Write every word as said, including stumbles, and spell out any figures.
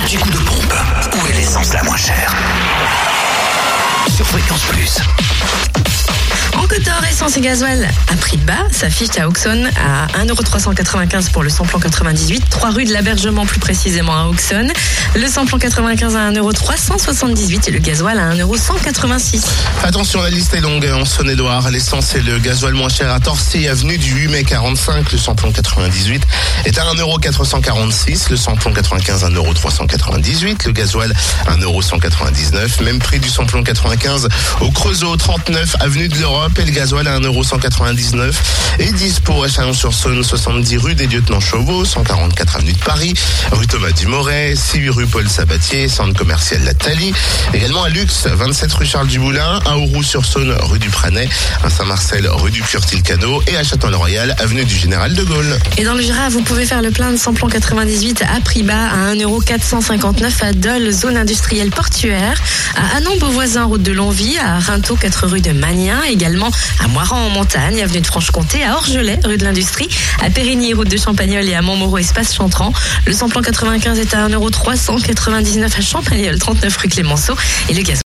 petit coup de pompe. Où est l'essence la moins chère? Sur Fréquence Plus. En Côte d'Or, essence et gasoil à prix bas s'affiche à Auxonne à un euro trois cent quatre-vingt-quinze pour le samplon quatre-vingt-dix-huit, trois rue de l'Abergement plus précisément à Auxonne. Le samplon quatre-vingt-quinze à un euro trois cent soixante-dix-huit et le gasoil à un euro cent quatre-vingt-six. Attention, la liste est longue en Saône-et-Loire. L'essence et le gasoil moins cher à Torcy, avenue du huit mai quarante-cinq. Le samplon quatre-vingt-dix-huit est à un euro quatre cent quarante-six. Le samplon quatre-vingt-quinze à un euro trois cent quatre-vingt-dix-huit. Le gasoil à un euro cent quatre-vingt-dix-neuf. Même prix du samplon quatre-vingt-quinze au Creusot, trente-neuf avenue de l'Europe. Et le gasoil à un euro cent quatre-vingt-dix-neuf. Et dix pour Chalon-sur-Saône, soixante-dix rue des Lieutenants Chauveau, cent quarante-quatre avenue de Paris, rue Thomas Dumoret, six rue Paul Sabatier, centre commercial La Thalie. Également à Lux, vingt-sept rue Charles Dumoulin, à Auroux-sur-Saône, rue du Pranay, à Saint-Marcel, rue du Curtil-Cano et à Châtellerault-Royal, avenue du Général de Gaulle. Et dans le Jura, vous pouvez faire le plein de samplon quatre-vingt-dix-huit à prix bas à un euro quatre cent cinquante-neuf à Dole, zone industrielle portuaire, à Anon-Beauvoisin, route de Longwy, à Rinto, quatre rue de Magnin, également à Moiran en montagne, avenue de Franche-Comté, à Orgelet, rue de l'Industrie, à Périgny, route de Champagnole et à Montmoreau, espace Chantran. Le samplon quatre-vingt-quinze est à un euro trois cent quatre-vingt-dix-neuf à Champagnole, trente-neuf rue Clémenceau et le gaz